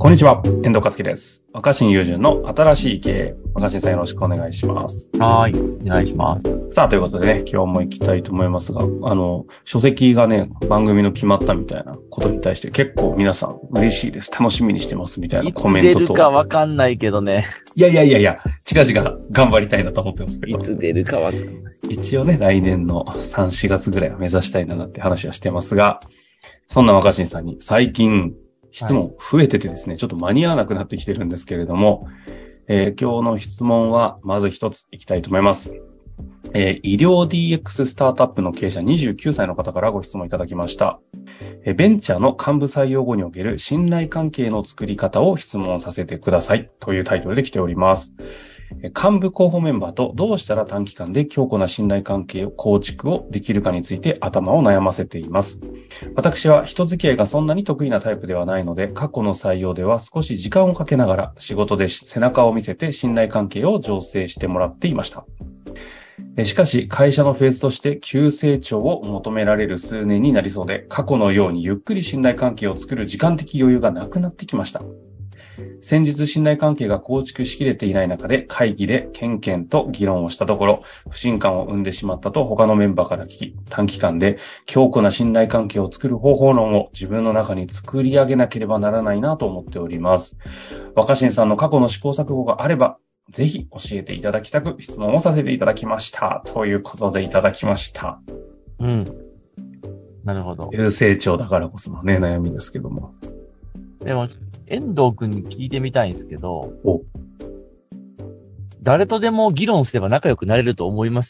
こんにちは、遠藤和樹です。若新雄純の新しい経営。若新さんよろしくお願いします。 はい、お願いします。 さあ、ということでね、今日も行きたいと思いますが、書籍がね、番組の決まったみたいなことに対して結構皆さん嬉しいです。楽しみにしてますみたいなコメントと。 いつ出るかわかんないけどね。 いや、近々頑張りたいなと思ってますけど。 いつ出るかわかんない。 一応ね、来年の3、4月ぐらいは目指したいなって話はしてますが、そんな若新さんに最近、質問増えててですね、ちょっと間に合わなくなってきてるんですけれども、今日の質問はまず一ついきたいと思います。医療 DX スタートアップの経営者29歳の方からご質問いただきました。ベンチャーの幹部採用後における信頼関係の作り方を質問させてくださいというタイトルで来ております。幹部候補メンバーとどうしたら短期間で強固な信頼関係を構築をできるかについて頭を悩ませています。私は人付き合いがそんなに得意なタイプではないので、過去の採用では少し時間をかけながら仕事で背中を見せて信頼関係を醸成してもらっていました。しかし会社のフェーズとして急成長を求められる数年になりそうで、過去のようにゆっくり信頼関係を作る時間的余裕がなくなってきました。先日信頼関係が構築しきれていない中で会議でケンケンと議論をしたところ、不信感を生んでしまったと他のメンバーから聞き、短期間で強固な信頼関係を作る方法論を自分の中に作り上げなければならないなと思っております。若新さんの過去の試行錯誤があれば、ぜひ教えていただきたく質問をさせていただきました。ということでいただきました。 うん。なるほど。 急成長だからこそのね、悩みですけども。 でも、遠藤くんに聞いてみたいんですけど、 お、 誰とでも議論すれば仲良くなれると思います？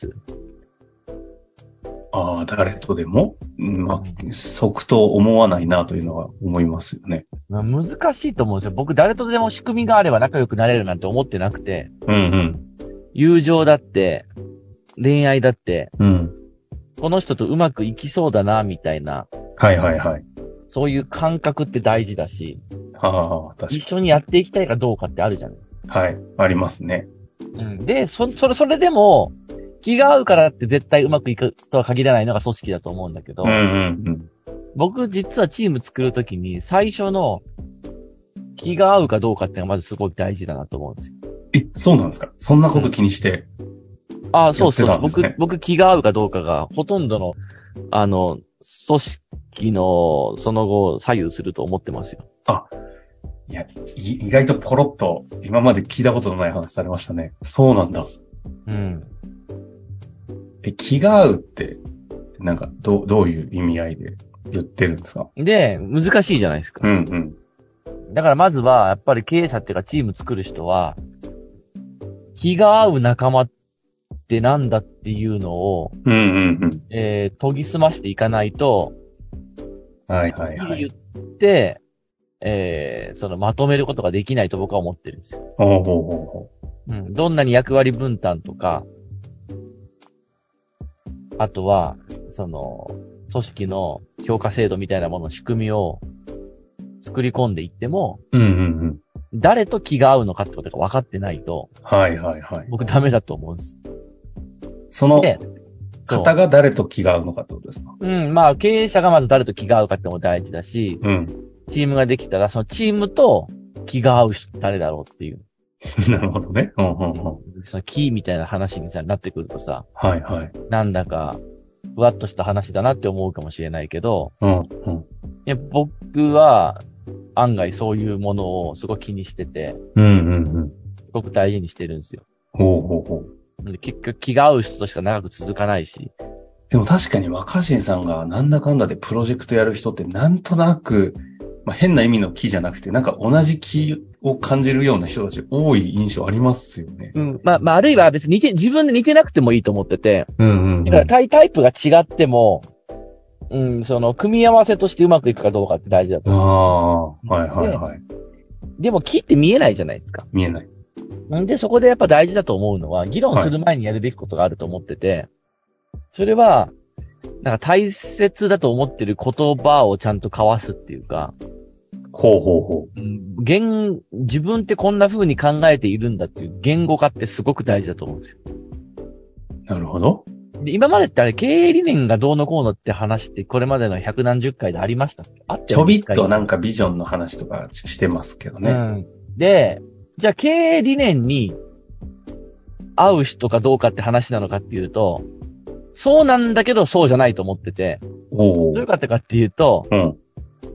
ああ、誰とでも、まあ、即と思わないなというのは思いますよね。 難しいと思うんですよ。僕、誰とでも仕組みがあれば仲良くなれるなんて思ってなくて、友情だって、恋愛だって、この人とうまくいきそうだな、みたいな。そういう感覚って大事だし、 確かに。 一緒にやっていきたいかどうかってあるじゃない。 はい、ありますね。 で、それでも、気が合うからって絶対うまくいくとは限らないのが組織だと思うんだけど、僕実はチーム作るときに最初の気が合うかどうかってのがまずすごい大事だなと思うんですよ。 そうなんですか？そんなこと気にして、 そうそう。僕気が合うかどうかがほとんどの、組織のその後左右すると思ってますよ。 いや、意外とポロッと今まで聞いたことのない話されましたね。そうなんだ。気が合うって、なんか、どういう意味合いで言ってるんですか？ で、難しいじゃないですか。だからまずは、やっぱり経営者っていうかチーム作る人は、気が合う仲間ってなんだっていうのを、研ぎ澄ましていかないと、言って、まとめることができないと僕は思ってるんですよ。どんなに役割分担とか、あとは、組織の評価制度みたいなものの仕組みを作り込んでいっても、誰と気が合うのかってことが分かってないと、僕ダメだと思うんです。 その方が誰と気が合うのかってことですか？ まあ経営者がまず誰と気が合うかっても大事だし、チームができたらそのチームと気が合う人誰だろうっていう。 なるほどね。 そのキーみたいな話になってくるとさ、なんだかふわっとした話だなって思うかもしれないけど、いや僕は案外そういうものをすごく気にしてて、すごく大事にしてるんですよ。結局気が合う人としか長く続かないし。 でも確かに若新さんがなんだかんだでプロジェクトやる人ってなんとなく、変な意味の気じゃなくて、なんか同じ気を感じるような人たち多い印象ありますよね。 あるいは別に自分で似てなくてもいいと思ってて、だからタイプが違っても、組み合わせとしてうまくいくかどうかって大事だと思うんですよ。でも気って見えないじゃないですか。 見えない。 で、そこでやっぱ大事だと思うのは、議論する前にやるべきことがあると思ってて、それは、なんか大切だと思ってる言葉をちゃんと交わすっていうか、自分ってこんな風に考えているんだっていう言語化ってすごく大事だと思うんですよ。 なるほど。 で今までってあれ、経営理念がどうのこうのって話って、これまでの百何十回でありましたっけ？あったよね。 ちょびっとなんかビジョンの話とかしてますけどね。うん。 で、じゃあ経営理念に合う人かどうかって話なのかっていうと、そうなんだけどそうじゃないと思ってて、どういうことかっていうと、うん、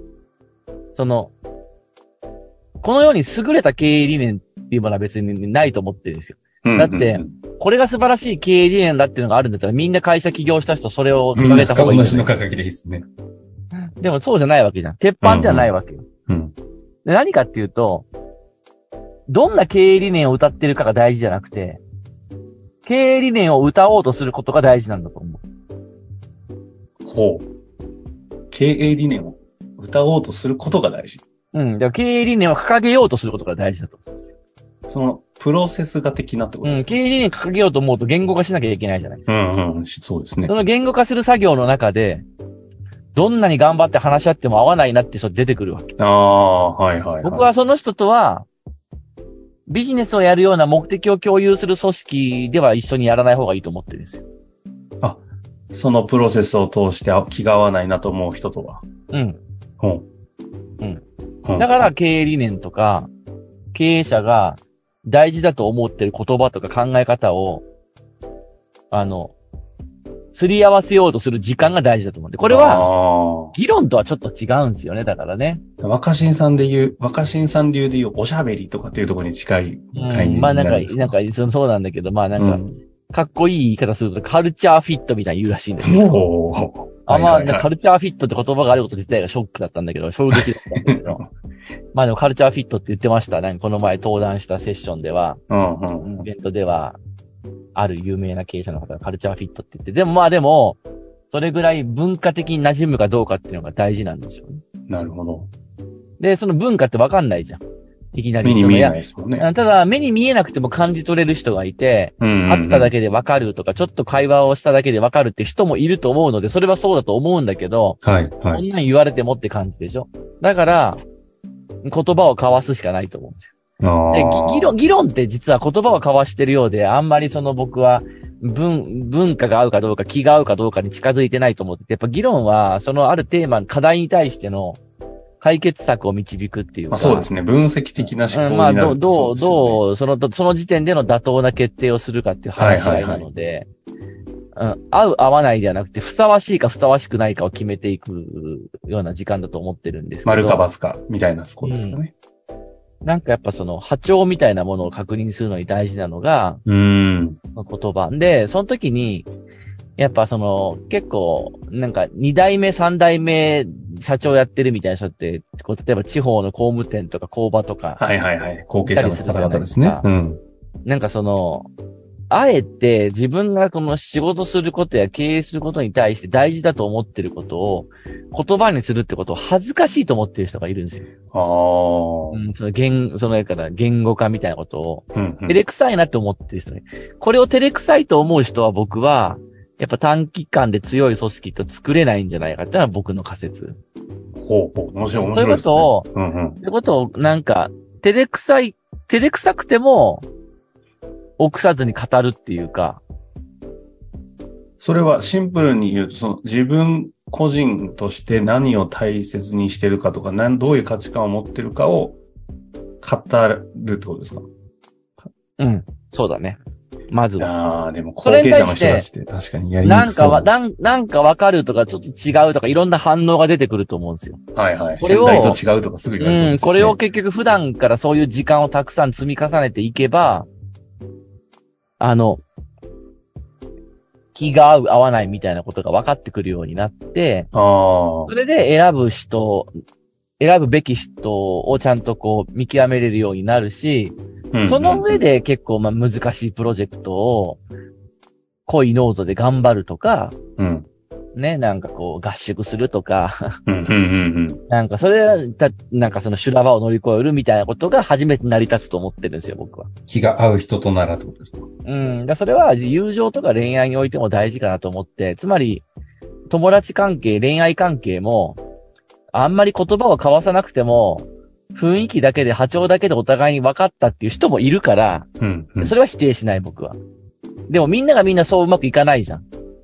このように優れた経営理念っていうものは別にないと思ってるんですよ。だって、これが素晴らしい経営理念だっていうのがあるんだったら、みんな会社起業した人それを掲げた方がいい、ね。 みんな同じの掲げでいいですね。 でもそうじゃないわけじゃん。鉄板ではないわけよ。で何かっていうと、どんな経営理念を歌ってるかが大事じゃなくて、経営理念を歌おうとすることが大事なんだと思う。 ほう。経営理念を歌おうとすることが大事。 うん。だから経営理念を掲げようとすることが大事だと思うんですよ。 その、プロセスが的なってことですか？ 経営理念掲げようと思うと言語化しなきゃいけないじゃないですか。 そうですね。 その言語化する作業の中で、どんなに頑張って話し合っても合わないなって人出てくるわけ。僕はその人とは、ビジネスをやるような目的を共有する組織では一緒にやらない方がいいと思ってるんですよ。 あ、そのプロセスを通して気が合わないなと思う人とは。 うん。だから経営理念とか、経営者が大事だと思ってる言葉とか考え方を、すり合わせようとする時間が大事だと思うんで、これは、議論とはちょっと違うんですよね、だからね。 若新さん流で言うおしゃべりとかっていうところに近い概念になるんですか？ なんか、そうなんだけど、かっこいい言い方するとカルチャーフィットみたいに言うらしいんだけど。カルチャーフィットって言葉があること自体がショックだったんだけど、衝撃だったんだけど。でもカルチャーフィットって言ってました。この前登壇したセッションでは、イベントでは、ある有名な経営者の方がカルチャーフィットって言って、でも、それぐらい文化的に馴染むかどうかっていうのが大事なんですよね。 なるほど。 で、その文化ってわかんないじゃん。いきなり。 目に見えないですもんね。 ただ、目に見えなくても感じ取れる人がいて、会っただけでわかるとか、ちょっと会話をしただけでわかるって人もいると思うので、それはそうだと思うんだけど、こんなん言われてもって感じでしょ。だから、言葉を交わすしかないと思うんですよ。で議論って実は言葉を交わしてるようで、あんまり僕は文化が合うかどうか、気が合うかどうかに近づいてないと思ってて、やっぱ議論は、あるテーマ、課題に対しての解決策を導くっていうか。 そうですね。分析的な思考になると、 その時点での妥当な決定をするかっていう話し合いなので、合う合わないではなくて、ふさわしいかふさわしくないかを決めていくような時間だと思ってるんですけど。 丸か×か、みたいなそこですかね。 なんかやっぱ波長みたいなものを確認するのに大事なのが、言葉で、その時に、やっぱ結構、なんか2代目、3代目社長やってるみたいな人って、例えば地方の工務店とか工場とか。 後継者の方々ですね。 なんかあえて自分がこの仕事することや経営することに対して大事だと思ってることを言葉にするってことを恥ずかしいと思ってる人がいるんですよ。言語化みたいなことを、照れくさいなって思ってる人ね。これを照れくさいと思う人は僕は、やっぱ短期間で強い組織と作れないんじゃないかってのは僕の仮説。 面白いですね。 そういうことを、なんか、照れくさくても、臆さずに語るっていうか。 それはシンプルに言うと、自分個人として何を大切にしてるかとか、どういう価値観を持ってるかを語るってことですか？ そうだね。まずは。 でも後継者の人たちって確かにやりにくそう。 なんかわかるとか、ちょっと違うとか、いろんな反応が出てくると思うんですよ。 これを、先代と違うとかすぐ言われそうですね。 これを結局普段からそういう時間をたくさん積み重ねていけば、気が合う合わないみたいなことが分かってくるようになって、それで選ぶべき人をちゃんと見極めれるようになるし、その上で結構難しいプロジェクトを濃い濃度で頑張るとか、ね、なんか合宿するとか、なんかそれなんか修羅場を乗り越えるみたいなことが初めて成り立つと思ってるんですよ、僕は。 気が合う人とならってことですか？ それは友情とか恋愛においても大事かなと思って、つまり、友達関係、恋愛関係も、あんまり言葉を交わさなくても、雰囲気だけで波長だけでお互いに分かったっていう人もいるから、それは否定しない僕は。でもみんながみんなそううまくいかないじゃん。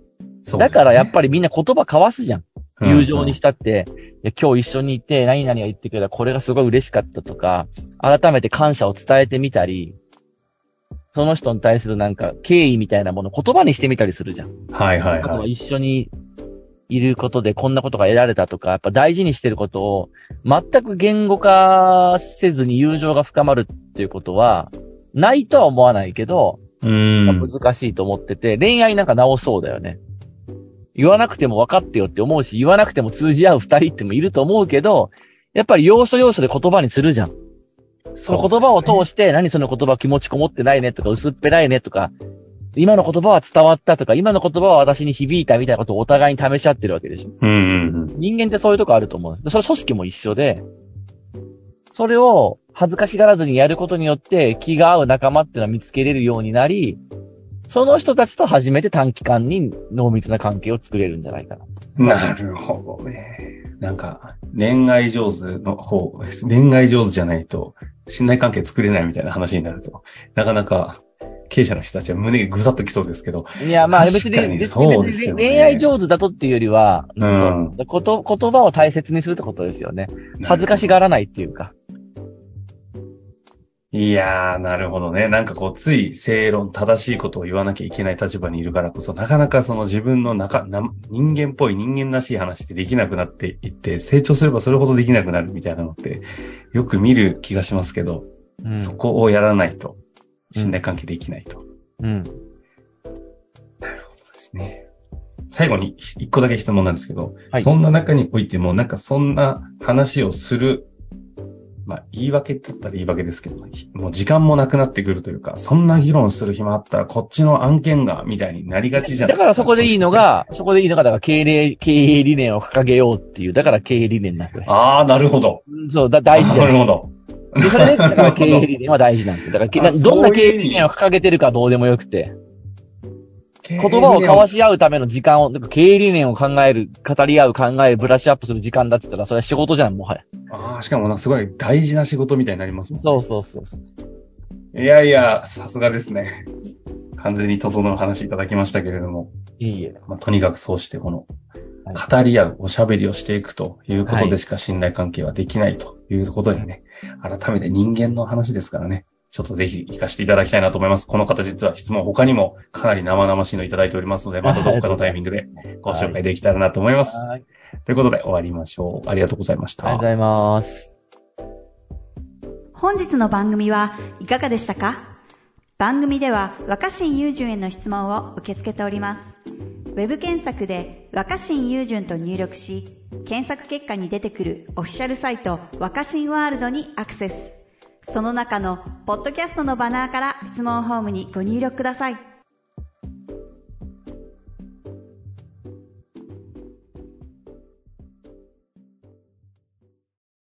そうですね。 だからやっぱりみんな言葉交わすじゃん。友情にしたって、いや今日一緒にいて何々が言ってくれたこれがすごい嬉しかったとか、改めて感謝を伝えてみたり、その人に対するなんか敬意みたいなものを言葉にしてみたりするじゃん。 はいはいはい。 あとは一緒にいることでこんなことが得られたとか、やっぱ大事にしてることを全く言語化せずに友情が深まるっていうことは、ないとは思わないけど、難しいと思ってて、恋愛なんか直そうだよね。言わなくても分かってよって思うし、言わなくても通じ合う二人ってもいると思うけど、やっぱり要所要所で言葉にするじゃん。その言葉を通して、何その言葉気持ちこもってないねとか、薄っぺらいねとか、今の言葉は伝わったとか、今の言葉は私に響いたみたいなことをお互いに試し合ってるわけでしょ。人間ってそういうとこあると思うんです。それ組織も一緒で、それを恥ずかしがらずにやることによって気が合う仲間っていうのは見つけれるようになり、その人たちと初めて短期間に濃密な関係を作れるんじゃないかな。 なるほどね。なんか、恋愛上手の方、恋愛上手じゃないと信頼関係作れないみたいな話になると、なかなか経営者の人たちは胸がぐさっときそうですけど。 いや、まあ別に恋愛上手だとっていうよりは、そう言葉を大切にするってことですよね。恥ずかしがらないっていうか。 いやー、なるほどね。なんかこう、つい正論、正しいことを言わなきゃいけない立場にいるからこそ、なかなかその自分の人間っぽい人間らしい話ってできなくなっていって、成長すればそれほどできなくなるみたいなのって、よく見る気がしますけど、そこをやらないと、信頼関係できないと。なるほどですね。最後に一個だけ質問なんですけど、はい、そんな中においても、なんかそんな話をする、まあ、言い訳って言ったら言い訳ですけど、もう時間もなくなってくるというか、そんな議論する暇あったらこっちの案件が、みたいになりがちじゃないですか。 だからそこでいいのが、だから経営理念を掲げようっていう、だから経営理念なんです。 ああ、なるほど。 そう、大事じゃないですか。なるほど。で、それで、だから経営理念は大事なんですよ。だからどんな経営理念を掲げてるかどうでもよくて。言葉を交わし合うための時間を、経営理念を考える、語り合う、考える、ブラッシュアップする時間だって言ったら、それは仕事じゃん、もはや。 ああ、しかもすごい大事な仕事みたいになりますもんね。 そう。 いやいや、さすがですね。完全に整の話いただきましたけれども。 いいえ。 まあ、とにかくそうして語り合う、おしゃべりをしていくということでしか信頼関係はできないということにね、改めて人間の話ですからね。ちょっとぜひ活かしていただきたいなと思います。この方実は質問他にもかなり生々しいのいただいておりますので、またどこかのタイミングでご紹介できたらなと思います。ということで終わりましょう。ありがとうございました。 ありがとうございます。 本日の番組はいかがでしたか？番組では若新雄純への質問を受け付けております。ウェブ検索で若新雄純と入力し、検索結果に出てくるオフィシャルサイト若新ワールドにアクセス。その中のポッドキャストのバナーから質問フォームにご入力ください。